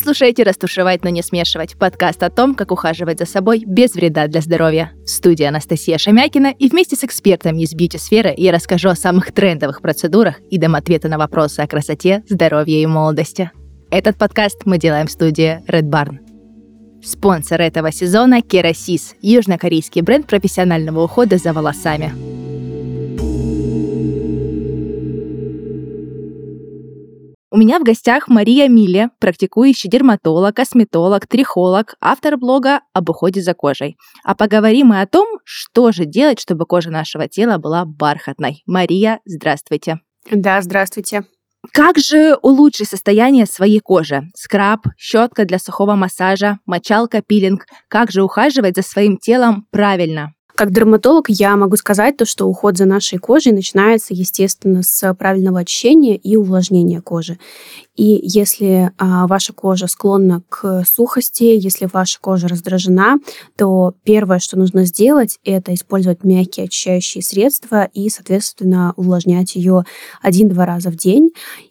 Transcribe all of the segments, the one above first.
слушаете «Растушевать, но не смешивать» — подкаст о том, как ухаживать за собой без вреда для здоровья. В студии Анастасия Шамякина, и вместе с экспертами из бьюти-сферы я расскажу о самых трендовых процедурах и дам ответы на вопросы о красоте, здоровье и молодости. Этот подкаст мы делаем в студии Red Barn. Спонсор этого сезона — Kerasis, южнокорейский бренд профессионального ухода за волосами. У меня в гостях Мария Милле, практикующий дерматолог, косметолог, трихолог, автор блога об уходе за кожей. А поговорим мы о том, что же делать, чтобы кожа нашего тела была бархатной. Мария, здравствуйте. Да, здравствуйте. Как же улучшить состояние своей кожи? Скраб, щетка для сухого массажа, мочалка, пилинг. Как же ухаживать за своим телом правильно? Как дерматолог я могу сказать, что уход за нашей кожей начинается, естественно, с правильного очищения и увлажнения кожи. И если ваша кожа склонна к сухости, если ваша кожа раздражена, то первое, что нужно сделать, это использовать мягкие очищающие средства и, соответственно, увлажнять ее 1-2 раза в день.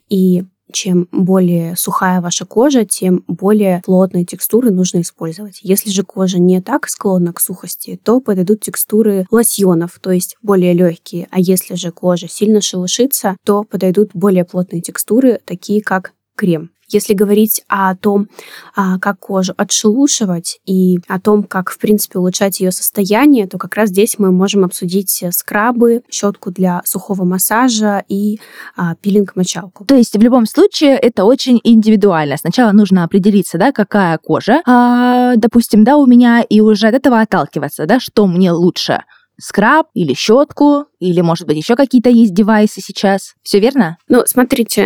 И чем более сухая ваша кожа, тем более плотные текстуры нужно использовать. Если же кожа не так склонна к сухости, то подойдут текстуры лосьонов, то есть более легкие. А если же кожа сильно шелушится, то подойдут более плотные текстуры, такие как крем. Если говорить о том, как кожу отшелушивать и о том, как, в принципе, улучшать ее состояние, то как раз здесь мы можем обсудить скрабы, щетку для сухого массажа и пилинг-мочалку. То есть в любом случае это очень индивидуально. Сначала нужно определиться, да, какая кожа, допустим, да, у меня, и уже от этого отталкиваться, да, что мне лучше. Скраб или щетку, или, может быть, еще какие-то есть девайсы сейчас. Все верно? Ну, смотрите,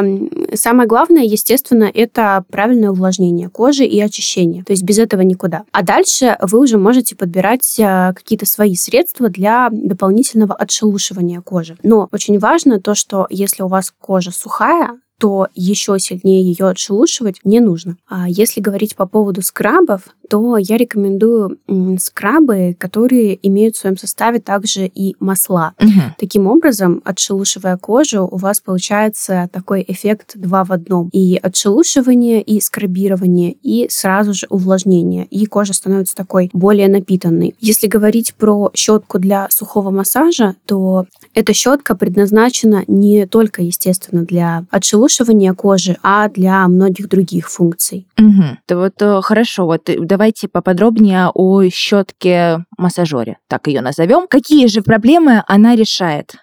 самое главное, естественно, это правильное увлажнение кожи и очищение. То есть без этого никуда. А дальше вы уже можете подбирать какие-то свои средства для дополнительного отшелушивания кожи. Но очень важно то, что если у вас кожа сухая, то еще сильнее ее отшелушивать не нужно. А если говорить по поводу скрабов, то я рекомендую скрабы, которые имеют в своем составе также и масла. Таким образом, отшелушивая кожу, у вас получается такой эффект 2 в 1. И отшелушивание, и скрабирование, и сразу же увлажнение. И кожа становится такой более напитанной. Если говорить про щетку для сухого массажа, то эта щетка предназначена не только, естественно, для отшелушивания кожи, а для многих других функций. То вот хорошо, вот давайте поподробнее о щетке-массажере, так ее назовем. Какие же проблемы она решает?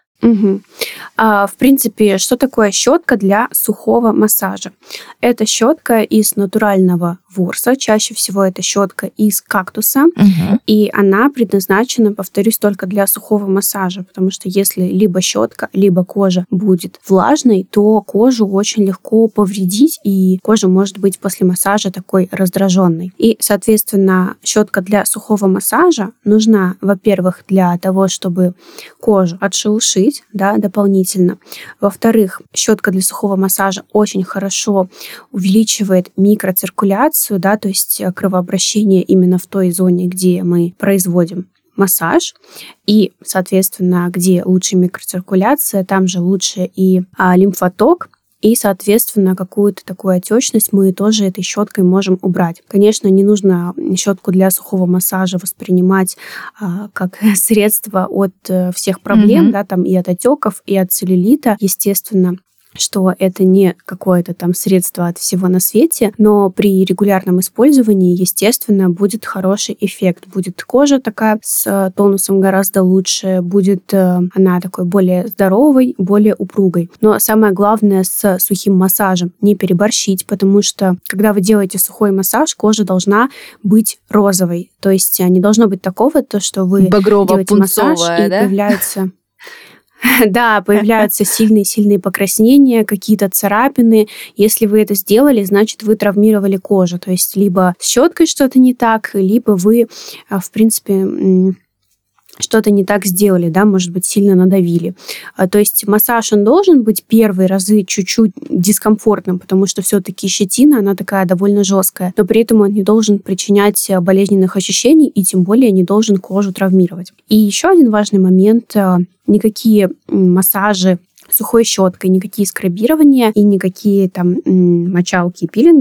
В принципе, что такое щетка для сухого массажа? Это щетка из натурального ворса. Чаще всего это щетка из кактуса. И она предназначена, повторюсь, только для сухого массажа. Потому что если либо щетка, либо кожа будет влажной, то кожу очень легко повредить, и кожа может быть после массажа такой раздраженной. И, соответственно, щетка для сухого массажа нужна, во-первых, для того, чтобы кожу отшелушить, да, дополнительно. Во-вторых, щетка для сухого массажа очень хорошо увеличивает микроциркуляцию, да, то есть кровообращение именно в той зоне, где мы производим массаж, и, соответственно, где лучше микроциркуляция, там же лучше и лимфоток, и, соответственно, какую-то такую отечность мы тоже этой щеткой можем убрать. Конечно, не нужно щетку для сухого массажа воспринимать как средство от всех проблем, да, там и от отеков, и от целлюлита, естественно, что это не какое-то там средство от всего на свете, но при регулярном использовании, естественно, будет хороший эффект. Будет кожа такая с тонусом гораздо лучше, будет она такой более здоровой, более упругой. Но самое главное с сухим массажем не переборщить, потому что, когда вы делаете сухой массаж, кожа должна быть розовой. То есть не должно быть такого, то, что вы делаете массаж, и да? появляется... Да, появляются сильные покраснения, какие-то царапины. Если вы это сделали, значит, вы травмировали кожу. То есть либо с щеткой что-то не так, либо вы, в принципе, что-то не так сделали, да, может быть, сильно надавили. То есть массаж, он должен быть первые разы чуть-чуть дискомфортным, потому что все-таки щетина, она такая довольно жесткая, но при этом он не должен причинять болезненных ощущений и тем более не должен кожу травмировать. И еще один важный момент. Никакие массажи сухой щеткой, никакие скрабирования и никакие там мочалки и пилинги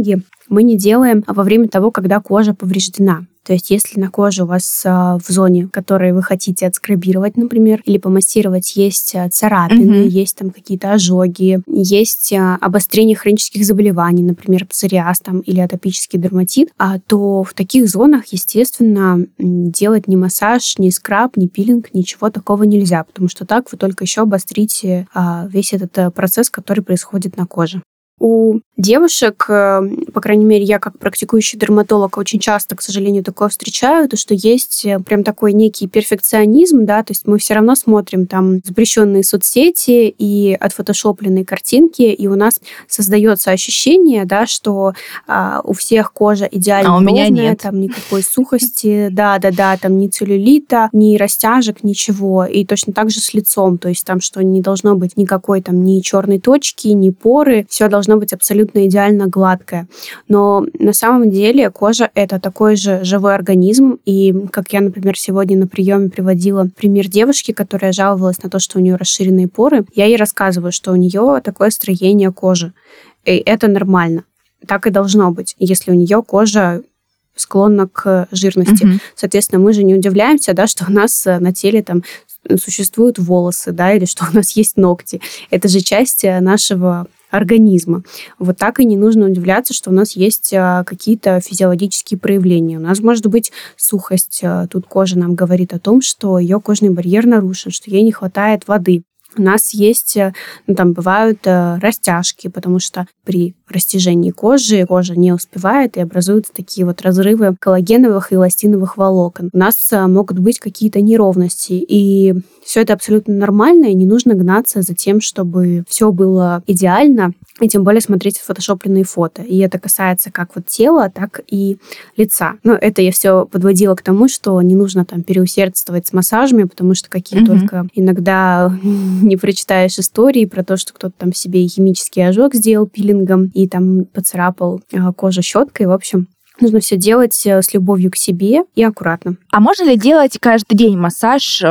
мы не делаем во время того, когда кожа повреждена. То есть если на коже у вас в зоне, которую вы хотите отскрабировать, например, или помассировать, есть царапины, есть там какие-то ожоги, есть обострение хронических заболеваний, например, псориаз там, или атопический дерматит, то в таких зонах, естественно, делать ни массаж, ни скраб, ни пилинг, ничего такого нельзя, потому что так вы только еще обострите весь этот процесс, который происходит на коже. У девушек, по крайней мере, я как практикующий дерматолог очень часто, к сожалению, такое встречаю, то, что есть прям такой некий перфекционизм, да, то есть мы все равно смотрим там запрещенные соцсети и отфотошопленные картинки, и у нас создается ощущение, да, что у всех кожа идеально ровная, там никакой сухости, да, там ни целлюлита, ни растяжек, ничего, и точно так же с лицом, то есть там, что не должно быть никакой там ни черной точки, ни поры, все должно быть абсолютно идеально гладкое. Но на самом деле кожа — это такой же живой организм. И как я, например, сегодня на приеме приводила пример девушки, которая жаловалась на то, что у нее расширенные поры, я ей рассказываю, что у нее такое строение кожи. И это нормально. Так и должно быть, если у нее кожа склонна к жирности. Соответственно, мы же не удивляемся, да, что у нас на теле там существуют волосы, да, или что у нас есть ногти. Это же часть нашего организма. Вот так и не нужно удивляться, что у нас есть какие-то физиологические проявления. У нас может быть сухость. Тут кожа нам говорит о том, что ее кожный барьер нарушен, что ей не хватает воды. У нас есть, там бывают растяжки, потому что при растяжении кожи кожа не успевает и образуются такие вот разрывы коллагеновых и эластиновых волокон. У нас могут быть какие-то неровности, и все это абсолютно нормально, и не нужно гнаться за тем, чтобы все было идеально, и тем более смотреть фотошопленные фото. И это касается как вот тела, так и лица. Но это я все подводила к тому, что не нужно там переусердствовать с массажами, потому что какие только иногда не прочитаешь истории про то, что кто-то там себе химический ожог сделал пилингом и там поцарапал кожу щеткой. В общем, нужно все делать с любовью к себе и аккуратно. А можно ли делать каждый день массаж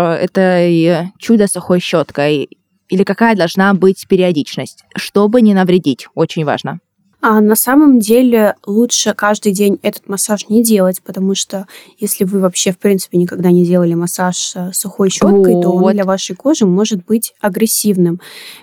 этой чудо сухой щеткой? Или какая должна быть периодичность, чтобы не навредить? Очень важно. А на самом деле лучше каждый день этот массаж не делать, потому что если вы вообще, в принципе, никогда не делали массаж сухой щеткой, то он для вашей кожи может быть агрессивным.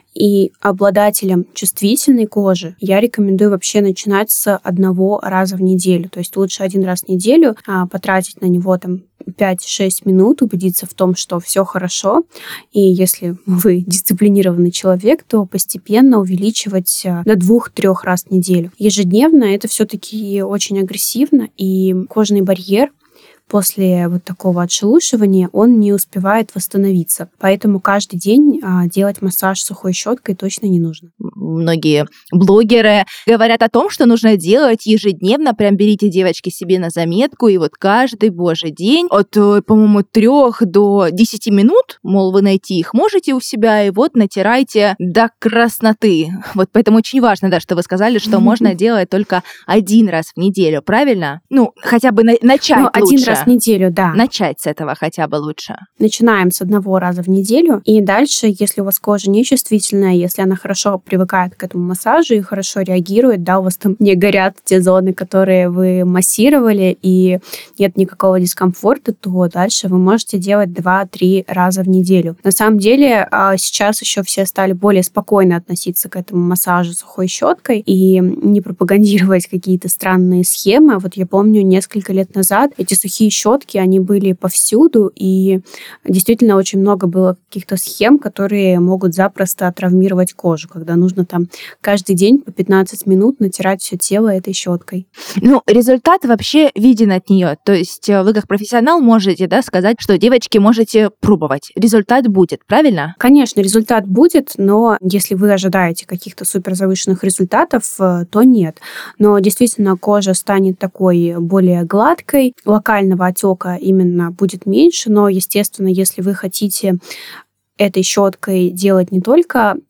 И обладателям чувствительной кожи я рекомендую вообще начинать с 1 раза в неделю. То есть лучше 1 раз в неделю потратить на него там 5-6 минут, убедиться в том, что все хорошо. И если вы дисциплинированный человек, то постепенно увеличивать до 2-3 раз в неделю. Ежедневно это все-таки очень агрессивно, и кожный барьер после вот такого отшелушивания он не успевает восстановиться. Поэтому каждый день делать массаж сухой щеткой точно не нужно. Многие блогеры говорят о том, что нужно делать ежедневно. Прям берите, девочки, себе на заметку. И вот каждый божий день от, по-моему, 3 до 10 минут, мол, вы найти их можете у себя, и вот натирайте до красноты. Вот поэтому очень важно, да, что вы сказали, что можно делать только 1 раз в неделю, правильно? Ну, хотя бы начать лучше. 1 раз в неделю, да. Начать с этого хотя бы лучше. Начинаем с 1 раза в неделю. И дальше, если у вас кожа нечувствительная, если она хорошо привыкает к этому массажу и хорошо реагирует, да, у вас там не горят те зоны, которые вы массировали, и нет никакого дискомфорта, то дальше вы можете делать 2-3 раза в неделю. На самом деле, сейчас еще все стали более спокойно относиться к этому массажу сухой щеткой и не пропагандировать какие-то странные схемы. Вот я помню, несколько лет назад эти сухие щетки, они были повсюду, и действительно очень много было каких-то схем, которые могут запросто травмировать кожу, когда нужно там каждый день по 15 минут натирать все тело этой щеткой. Ну, результат вообще виден от нее. То есть вы как профессионал можете, да, сказать, что, девочки, можете пробовать. Результат будет, правильно? Конечно, результат будет, но если вы ожидаете каких-то суперзавышенных результатов, то нет. Но действительно кожа станет такой более гладкой, локального отека именно будет меньше, но, естественно, если вы хотите этой щеткой делать не только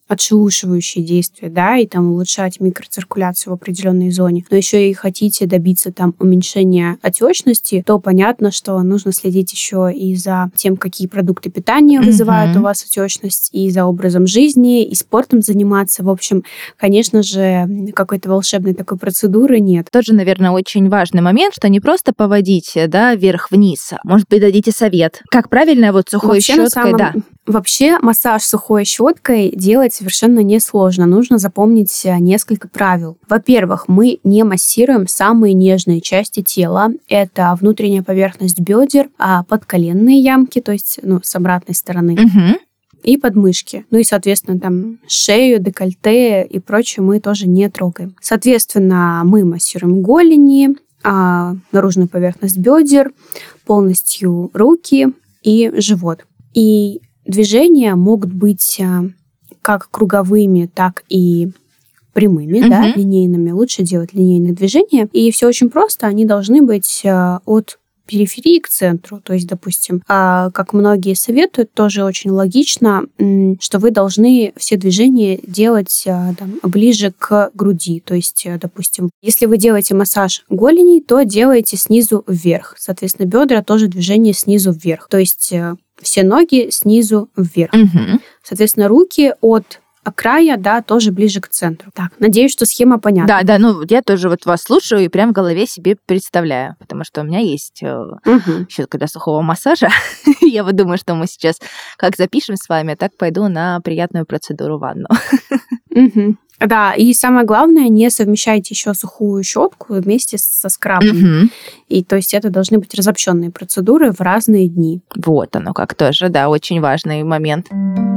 отшелушивающие действия, да, и там улучшать микроциркуляцию в определенной зоне, но еще и хотите добиться там уменьшения отечности, то понятно, что нужно следить еще и за тем, какие продукты питания вызывают у вас отечность, и за образом жизни, и спортом заниматься. В общем, конечно же, какой-то волшебной такой процедуры нет. Тоже, наверное, очень важный момент, что не просто поводить, да, вверх-вниз. Может быть, дадите совет, как правильно вот сухой щеткой, да. Вообще массаж сухой щеткой делать совершенно несложно. Нужно запомнить несколько правил. Во-первых, мы не массируем самые нежные части тела. Это внутренняя поверхность бедер, подколенные ямки, то есть с обратной стороны. И подмышки. И, соответственно, там шею, декольте и прочее мы тоже не трогаем. Соответственно, мы массируем голени, наружную поверхность бедер, полностью руки и живот. И движения могут быть как круговыми, так и прямыми, да, линейными. Лучше делать линейные движения. И все очень просто. Они должны быть от периферии к центру. То есть, допустим, как многие советуют, тоже очень логично, что вы должны все движения делать ближе к груди. То есть, допустим, если вы делаете массаж голеней, то делайте снизу вверх. Соответственно, бедра тоже движение снизу вверх. То есть все ноги снизу вверх. Соответственно, руки от края, да, тоже ближе к центру. Так, надеюсь, что схема понятна. Да, я тоже вот вас слушаю и прям в голове себе представляю, потому что у меня есть щетка для сухого массажа. Я вот думаю, что мы сейчас как запишем с вами, так пойду на приятную процедуру ванну. Да, и самое главное, не совмещайте еще сухую щетку вместе со скрабом. И то есть это должны быть разобщенные процедуры в разные дни. Вот оно как тоже, да, очень важный момент.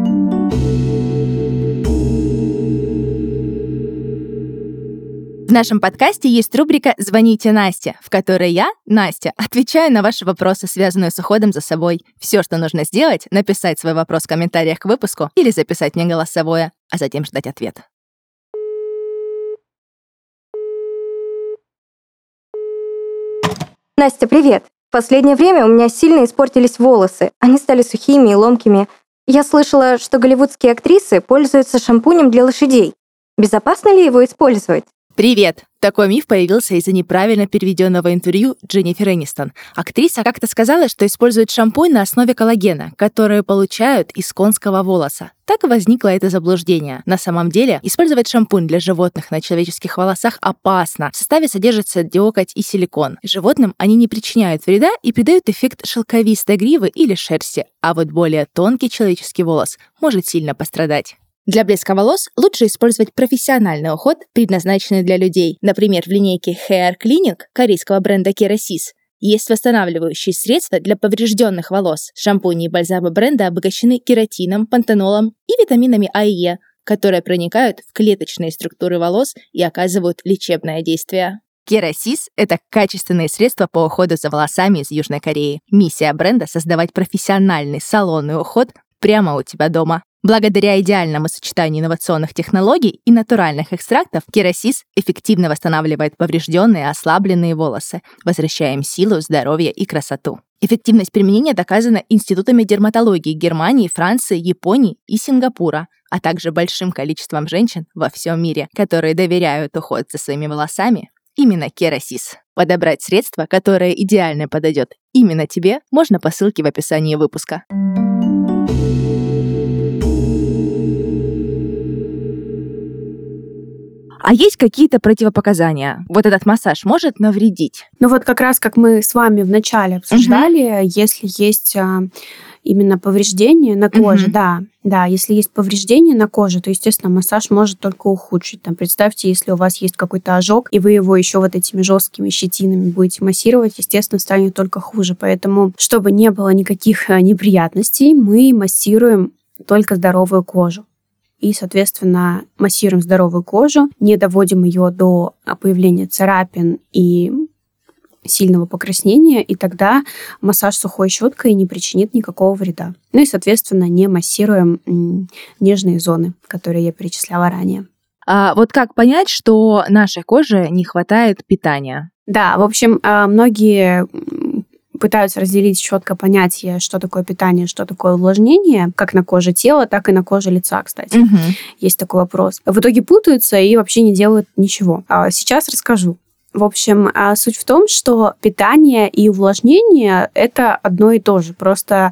В нашем подкасте есть рубрика «Звоните Насте», в которой я, Настя, отвечаю на ваши вопросы, связанные с уходом за собой. Все, что нужно сделать, написать свой вопрос в комментариях к выпуску или записать мне голосовое, а затем ждать ответа. Настя, привет! В последнее время у меня сильно испортились волосы. Они стали сухими и ломкими. Я слышала, что голливудские актрисы пользуются шампунем для лошадей. Безопасно ли его использовать? Привет! Такой миф появился из-за неправильно переведенного интервью Дженнифер Энистон. Актриса как-то сказала, что использует шампунь на основе коллагена, который получают из конского волоса. Так и возникло это заблуждение. На самом деле, использовать шампунь для животных на человеческих волосах опасно. В составе содержится диокоть и силикон. Животным они не причиняют вреда и придают эффект шелковистой гривы или шерсти, а вот более тонкий человеческий волос может сильно пострадать. Для блеска волос лучше использовать профессиональный уход, предназначенный для людей. Например, в линейке Hair Clinic корейского бренда Kerasis есть восстанавливающие средства для поврежденных волос. Шампуни и бальзамы бренда обогащены кератином, пантенолом и витаминами А и Е, которые проникают в клеточные структуры волос и оказывают лечебное действие. Kerasis – это качественные средства по уходу за волосами из Южной Кореи. Миссия бренда – создавать профессиональный салонный уход прямо у тебя дома. Благодаря идеальному сочетанию инновационных технологий и натуральных экстрактов Kerasis эффективно восстанавливает поврежденные и ослабленные волосы, возвращая им силу, здоровье и красоту. Эффективность применения доказана институтами дерматологии Германии, Франции, Японии и Сингапура, а также большим количеством женщин во всем мире, которые доверяют уход за своими волосами именно Kerasis. Подобрать средство, которое идеально подойдет именно тебе, можно по ссылке в описании выпуска. А есть какие-то противопоказания? Вот этот массаж может навредить? Вот как раз, как мы с вами вначале обсуждали, если есть именно повреждения на коже, да, если есть повреждения на коже, то, естественно, массаж может только ухудшить. Представьте, если у вас есть какой-то ожог, и вы его еще вот этими жесткими щетинами будете массировать, естественно, станет только хуже. Поэтому, чтобы не было никаких неприятностей, мы массируем только здоровую кожу. И, соответственно, массируем здоровую кожу, не доводим ее до появления царапин и сильного покраснения, и тогда массаж сухой щеткой не причинит никакого вреда. И, соответственно, не массируем нежные зоны, которые я перечисляла ранее. А вот как понять, что нашей коже не хватает питания? Да, в общем, многие пытаются разделить четко понятие, что такое питание, что такое увлажнение, как на коже тела, так и на коже лица, кстати. Есть такой вопрос. В итоге путаются и вообще не делают ничего. Сейчас расскажу. В общем, суть в том, что питание и увлажнение – это одно и то же. Просто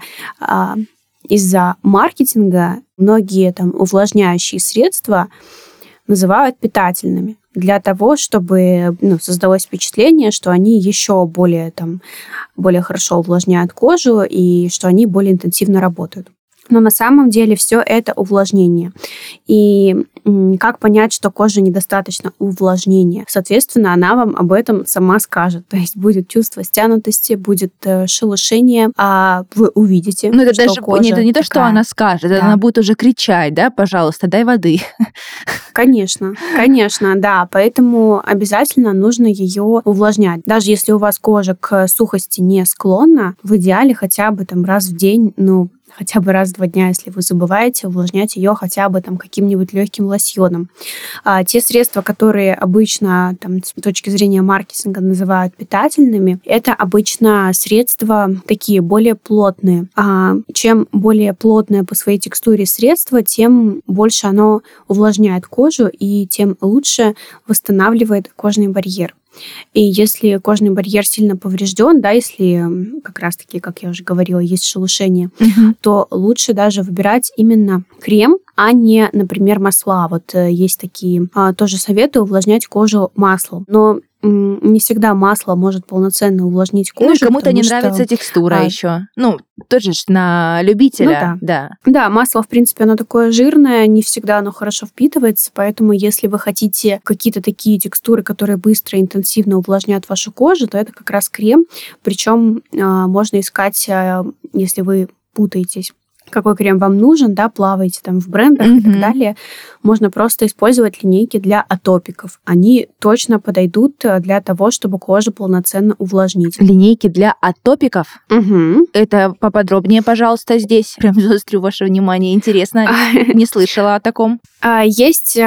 из-за маркетинга многие там увлажняющие средства называют питательными для того, чтобы создалось впечатление, что они еще более хорошо увлажняют кожу и что они более интенсивно работают. Но на самом деле все это увлажнение. И как понять, что коже недостаточно увлажнения? Соответственно, она вам об этом сама скажет. То есть будет чувство стянутости, будет шелушение, а вы увидите, это что даже кожа не то, что она скажет, Да. она будет уже кричать, да, пожалуйста, дай воды. Конечно, да. Поэтому обязательно нужно ее увлажнять. Даже если у вас кожа к сухости не склонна, в идеале хотя бы раз в день, хотя бы раз в 2 дня, если вы забываете, увлажнять ее хотя бы каким-нибудь легким лосьоном. Те средства, которые обычно с точки зрения маркетинга называют питательными, это обычно средства такие более плотные. Чем более плотное по своей текстуре средство, тем больше оно увлажняет кожу и тем лучше восстанавливает кожный барьер. И если кожный барьер сильно поврежден, да, если как раз-таки, как я уже говорила, есть шелушение, то лучше даже выбирать именно крем, а не, например, масла. Вот есть такие тоже советы увлажнять кожу маслом. Но не всегда масло может полноценно увлажнить кожу. И кому-то не нравится текстура еще. Тоже на любителя. Да, масло, в принципе, оно такое жирное, не всегда оно хорошо впитывается, поэтому если вы хотите какие-то такие текстуры, которые быстро и интенсивно увлажняют вашу кожу, то это как раз крем. Причем можно искать, если вы путаетесь, какой крем вам нужен, да, плаваете в брендах и так далее, можно просто использовать линейки для атопиков. Они точно подойдут для того, чтобы кожу полноценно увлажнить. Линейки для атопиков? Это поподробнее, пожалуйста, здесь. Прям заострю ваше внимание. Интересно. Не слышала о таком. Есть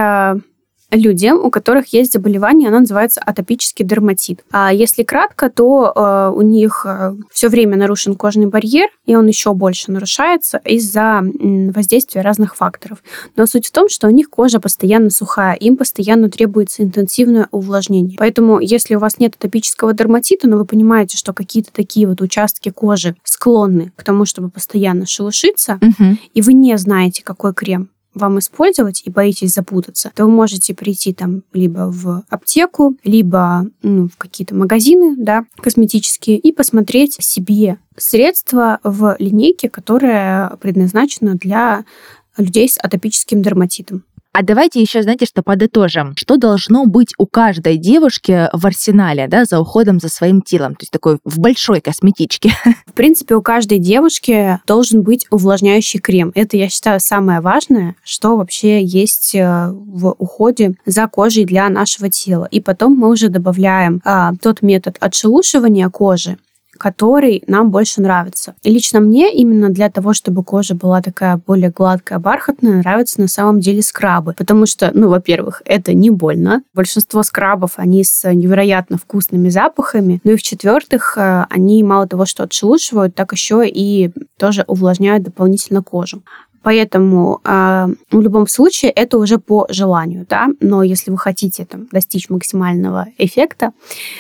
люди, у которых есть заболевание, оно называется атопический дерматит. А если кратко, то у них все время нарушен кожный барьер, и он еще больше нарушается из-за воздействия разных факторов. Но суть в том, что у них кожа постоянно сухая, им постоянно требуется интенсивное увлажнение. Поэтому, если у вас нет атопического дерматита, но вы понимаете, что какие-то такие участки кожи склонны к тому, чтобы постоянно шелушиться, и вы не знаете, какой крем вам использовать и боитесь запутаться, то вы можете прийти либо в аптеку, либо в какие-то магазины, да, косметические, и посмотреть себе средства в линейке, которая предназначена для людей с атопическим дерматитом. А давайте еще, знаете, что подытожим. Что должно быть у каждой девушки в арсенале, да, за уходом за своим телом? То есть такой в большой косметичке. В принципе, у каждой девушки должен быть увлажняющий крем. Это, я считаю, самое важное, что вообще есть в уходе за кожей для нашего тела. И потом мы уже добавляем тот метод отшелушивания кожи, который нам больше нравится. И лично мне именно для того, чтобы кожа была такая более гладкая, бархатная, нравятся на самом деле скрабы. Потому что, во-первых, это не больно. Большинство скрабов, они с невероятно вкусными запахами. Ну и в-четвертых, они мало того, что отшелушивают, так еще и тоже увлажняют дополнительно кожу. Поэтому в любом случае это уже по желанию, да. Но если вы хотите достичь максимального эффекта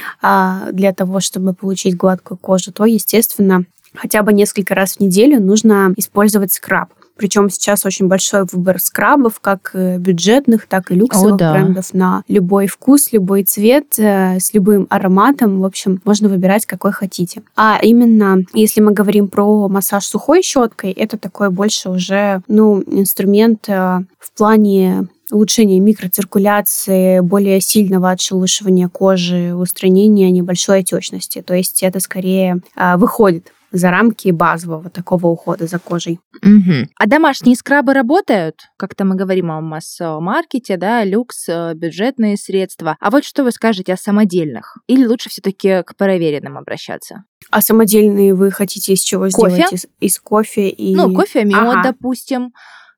для того, чтобы получить гладкую кожу, то, естественно, хотя бы несколько раз в неделю нужно использовать скраб. Причем сейчас очень большой выбор скрабов, как бюджетных, так и люксовых брендов на любой вкус, любой цвет, с любым ароматом. В общем, можно выбирать, какой хотите. А именно, если мы говорим про массаж сухой щеткой, это такой больше уже, инструмент в плане улучшения микроциркуляции, более сильного отшелушивания кожи, устранения небольшой отечности. То есть это скорее выходит за рамки базового такого ухода за кожей. А домашние скрабы работают? Как-то мы говорим о масс-маркете, да, люкс, бюджетные средства. А вот что вы скажете о самодельных? Или лучше все-таки к проверенным обращаться? А самодельные вы хотите из чего сделать? Из кофе и... кофе, мед, допустим.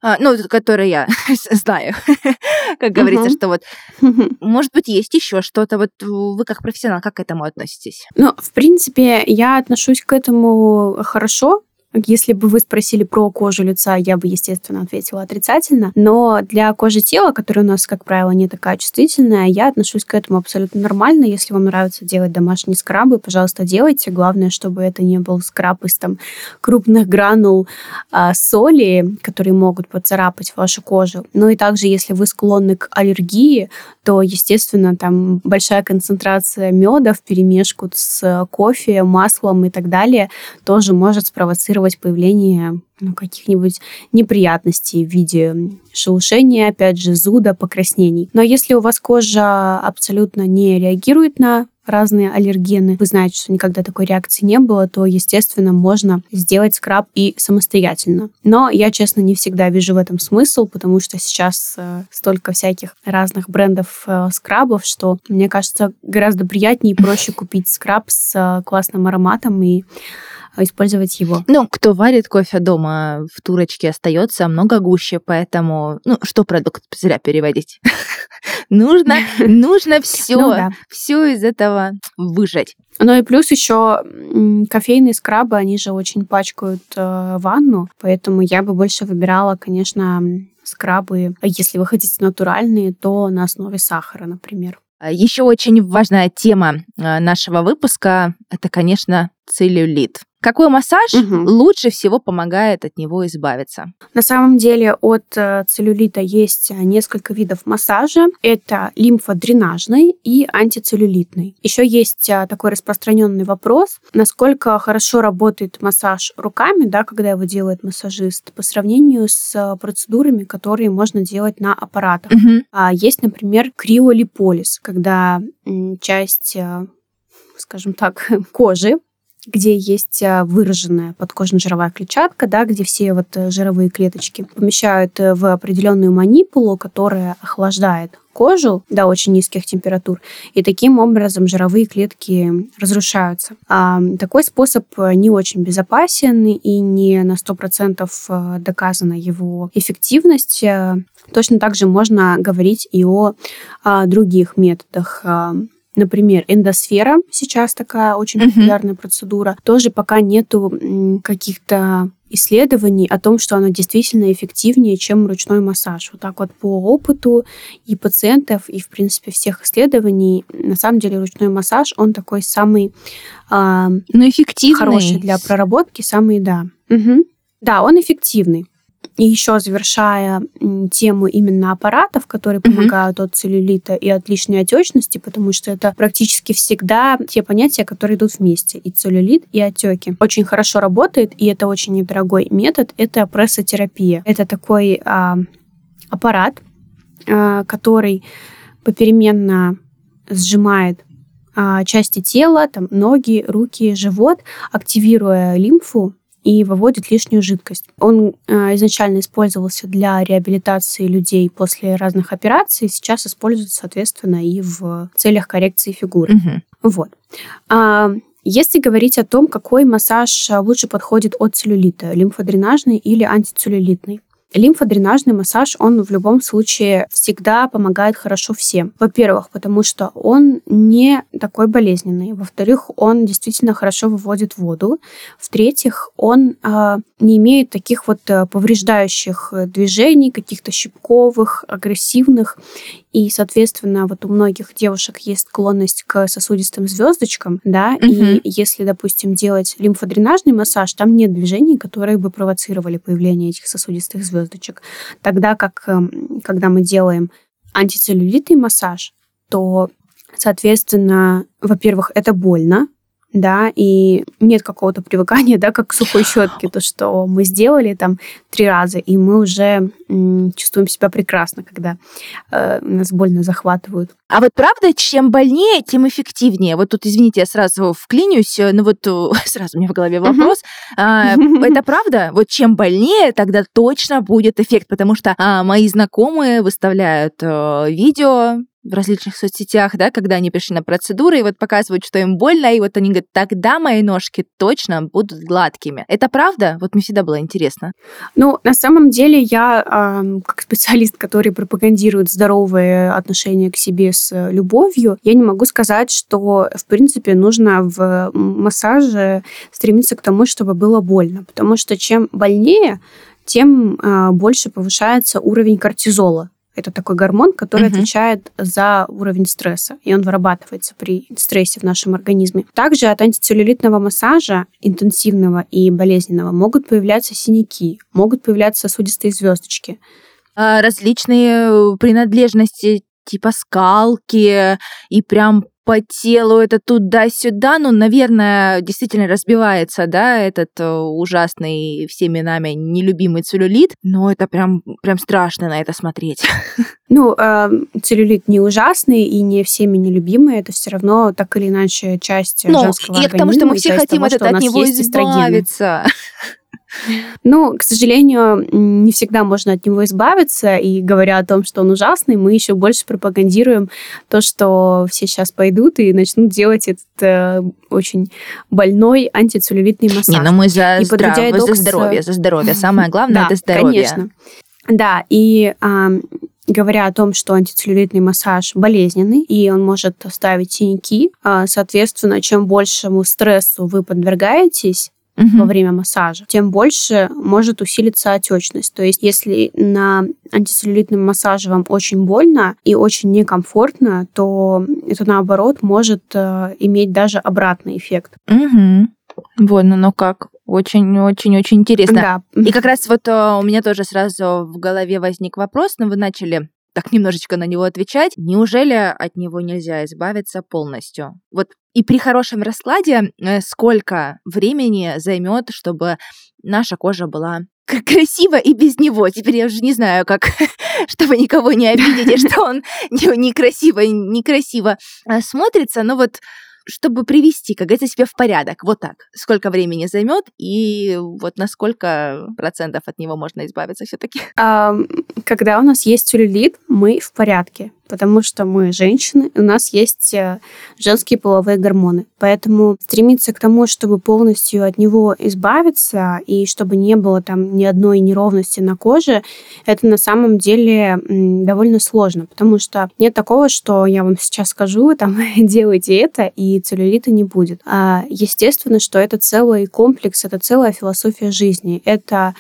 которые я знаю, как говорится, что вот, может быть, есть еще что-то. Вот вы как профессионал, как к этому относитесь? В принципе, я отношусь к этому хорошо. Если бы вы спросили про кожу лица, я бы, естественно, ответила отрицательно. Но для кожи тела, которая у нас, как правило, не такая чувствительная, я отношусь к этому абсолютно нормально. Если вам нравится делать домашние скрабы, пожалуйста, делайте. Главное, чтобы это не был скраб из крупных гранул соли, которые могут поцарапать вашу кожу. Ну и также, если вы склонны к аллергии, то, естественно, там большая концентрация меда вперемешку с кофе, маслом и так далее тоже может спровоцировать появление каких-нибудь неприятностей в виде шелушения, опять же, зуда, покраснений. Но если у вас кожа абсолютно не реагирует на разные аллергены, вы знаете, что никогда такой реакции не было, то, естественно, можно сделать скраб и самостоятельно. Но я, честно, не всегда вижу в этом смысл, потому что сейчас столько всяких разных брендов скрабов, что, мне кажется, гораздо приятнее и проще купить скраб с классным ароматом и использовать его. Кто варит кофе дома, в турочке остается много гуще, поэтому, что продукт зря переводить? Нужно все из этого выжать. Ну и плюс еще кофейные скрабы, они же очень пачкают ванну, поэтому я бы больше выбирала, конечно, скрабы, если вы хотите натуральные, то на основе сахара, например. Еще очень важная тема нашего выпуска – это, конечно, целлюлит. Какой массаж лучше всего помогает от него избавиться? На самом деле от целлюлита есть несколько видов массажа. Это лимфодренажный и антицеллюлитный. Еще есть такой распространенный вопрос, насколько хорошо работает массаж руками, когда его делает массажист, по сравнению с процедурами, которые можно делать на аппаратах. Есть, например, криолиполиз, когда часть, скажем так, кожи, где есть выраженная подкожно-жировая клетчатка, где все жировые клеточки помещают в определенную манипулу, которая охлаждает кожу до очень низких температур, и таким образом жировые клетки разрушаются. Такой способ не очень безопасен и не на 100% доказана его эффективность. Точно так же можно говорить и о других методах. Например, эндосфера, сейчас такая очень популярная процедура. Тоже пока нету каких-то исследований о том, что она действительно эффективнее, чем ручной массаж. Вот так по опыту и пациентов, и, в принципе, всех исследований, на самом деле ручной массаж, он такой самый эффективный. Хороший для проработки, самый, да. Да, он эффективный. И еще завершая тему именно аппаратов, которые помогают от целлюлита и от лишней отечности, потому что это практически всегда те понятия, которые идут вместе. И целлюлит, и отеки. Очень хорошо работает, и это очень недорогой метод. Это прессотерапия. Это такой аппарат, который попеременно сжимает части тела, ноги, руки, живот, активируя лимфу, и выводит лишнюю жидкость. Он изначально использовался для реабилитации людей после разных операций, сейчас используется, соответственно, и в целях коррекции фигуры. Если говорить о том, какой массаж лучше подходит от целлюлита, лимфодренажный или антицеллюлитный. Лимфодренажный массаж, он в любом случае всегда помогает хорошо всем. Во-первых, потому что он не такой болезненный. Во-вторых, он действительно хорошо выводит воду. В-третьих, он не имеет таких повреждающих движений, каких-то щипковых, агрессивных. И, соответственно, у многих девушек есть склонность к сосудистым звездочкам, и если, допустим, делать лимфодренажный массаж, там нет движений, которые бы провоцировали появление этих сосудистых звездочек. Тогда как, когда мы делаем антицеллюлитный массаж, то, соответственно, во-первых, это больно, и нет какого-то привыкания, как к сухой щетке, то, что мы сделали 3 раза, и мы уже чувствуем себя прекрасно, когда нас больно захватывают. А правда, чем больнее, тем эффективнее? Тут, извините, я сразу вклинюсь, сразу у меня в голове вопрос. Это правда? Чем больнее, тогда точно будет эффект, потому что мои знакомые выставляют видео, в различных соцсетях, да, когда они пришли на процедуры, и вот показывают, что им больно, и вот они говорят, тогда мои ножки точно будут гладкими. Это правда? Вот мне всегда было интересно. Ну, на самом деле, я, как специалист, который пропагандирует здоровые отношения к себе с любовью, я не могу сказать, что, в принципе, нужно в массаже стремиться к тому, чтобы было больно. Потому что чем больнее, тем больше повышается уровень кортизола. Это такой гормон, который отвечает за уровень стресса, и он вырабатывается при стрессе в нашем организме. Также от антицеллюлитного массажа, интенсивного и болезненного, могут появляться синяки, могут появляться сосудистые звездочки. Различные принадлежности типа скалки и прям по телу это туда-сюда, ну, наверное, действительно разбивается, да, этот ужасный всеми нами нелюбимый целлюлит, но это прям страшно на это смотреть. Ну, целлюлит не ужасный и не всеми нелюбимый, это все равно так или иначе часть женского организма. И к тому, что мы все хотим от него избавиться. Ну, к сожалению, не всегда можно от него избавиться, и говоря о том, что он ужасный, мы еще больше пропагандируем то, что все сейчас пойдут и начнут делать этот очень больной антицеллюлитный массаж. Не, но мы за здоровье. Самое главное – это здоровье. Конечно. Да, и говоря о том, что антицеллюлитный массаж болезненный, и он может оставить синяки, соответственно, чем большему стрессу вы подвергаетесь во время массажа, тем больше может усилиться отечность. То есть, если на антицеллюлитном массаже вам очень больно и очень некомфортно, то это, наоборот, может иметь даже обратный эффект. Вот, ну как? Очень-очень-очень интересно. Да. И как раз вот у меня тоже сразу в голове возник вопрос, но вы начали так немножечко на него отвечать. Неужели от него нельзя избавиться полностью? Вот и при хорошем раскладе сколько времени займет, чтобы наша кожа была красива и без него? Теперь я уже не знаю, как, чтобы никого не обидеть, и что он некрасиво смотрится, но вот чтобы привести, как говорится, себя в порядок. Вот так. Сколько времени займет и вот на сколько процентов от него можно избавиться все-таки? Когда у нас есть целлюлит, мы в порядке, потому что мы женщины, у нас есть женские половые гормоны. Поэтому стремиться к тому, чтобы полностью от него избавиться и чтобы не было там ни одной неровности на коже, это на самом деле довольно сложно, потому что нет такого, что я вам сейчас скажу, там, делайте это, и целлюлита не будет. Естественно, что это целый комплекс, это целая философия жизни. Это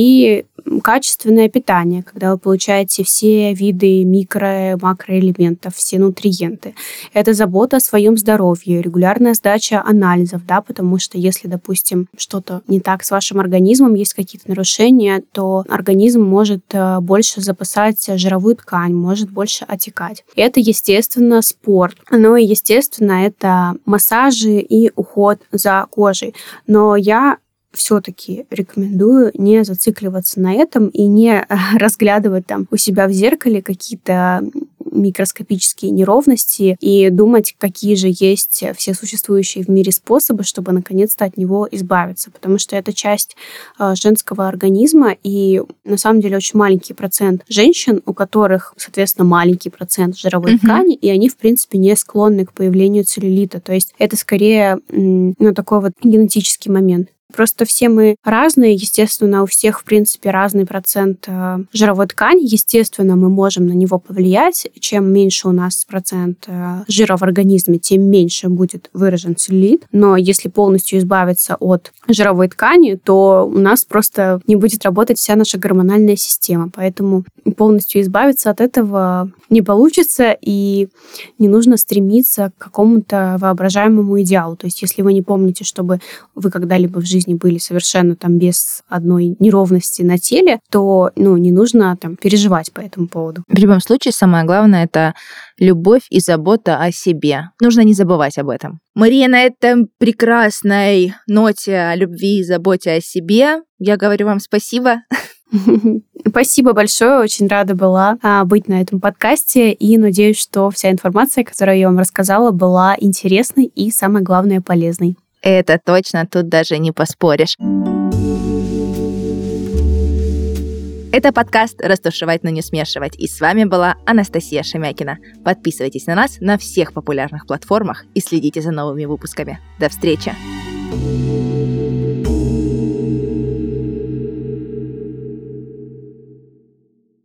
и качественное питание, когда вы получаете все виды макроэлементов, все нутриенты. Это забота о своем здоровье, регулярная сдача анализов, да, потому что если, допустим, что-то не так с вашим организмом, есть какие-то нарушения, то организм может больше запасать жировую ткань, может больше отекать. Это, естественно, спорт. Ну и, естественно, это массажи и уход за кожей. Но я все-таки рекомендую не зацикливаться на этом и не разглядывать там у себя в зеркале какие-то микроскопические неровности и думать, какие же есть все существующие в мире способы, чтобы наконец-то от него избавиться. Потому что это часть женского организма, и на самом деле очень маленький процент женщин, у которых, соответственно, маленький процент жировой ткани, и они, в принципе, не склонны к появлению целлюлита. То есть это скорее такой вот генетический момент. Просто все мы разные, естественно, у всех, в принципе, разный процент жировой ткани. Естественно, мы можем на него повлиять. Чем меньше у нас процент жира в организме, тем меньше будет выражен целлюлит. Но если полностью избавиться от жировой ткани, то у нас просто не будет работать вся наша гормональная система. Поэтому полностью избавиться от этого не получится, и не нужно стремиться к какому-то воображаемому идеалу. То есть если вы не помните, чтобы вы когда-либо в жизни были совершенно там без одной неровности на теле, то не нужно там переживать по этому поводу. В любом случае, самое главное — это любовь и забота о себе. Нужно не забывать об этом. Мария, на этой прекрасной ноте о любви и заботе о себе я говорю вам спасибо. Спасибо большое, очень рада была быть на этом подкасте, и надеюсь, что вся информация, которую я вам рассказала, была интересной и, самое главное, полезной. Это точно, тут даже не поспоришь. Это подкаст «Растушевать, но не смешивать». И с вами была Анастасия Шемякина. Подписывайтесь на нас на всех популярных платформах и следите за новыми выпусками. До встречи!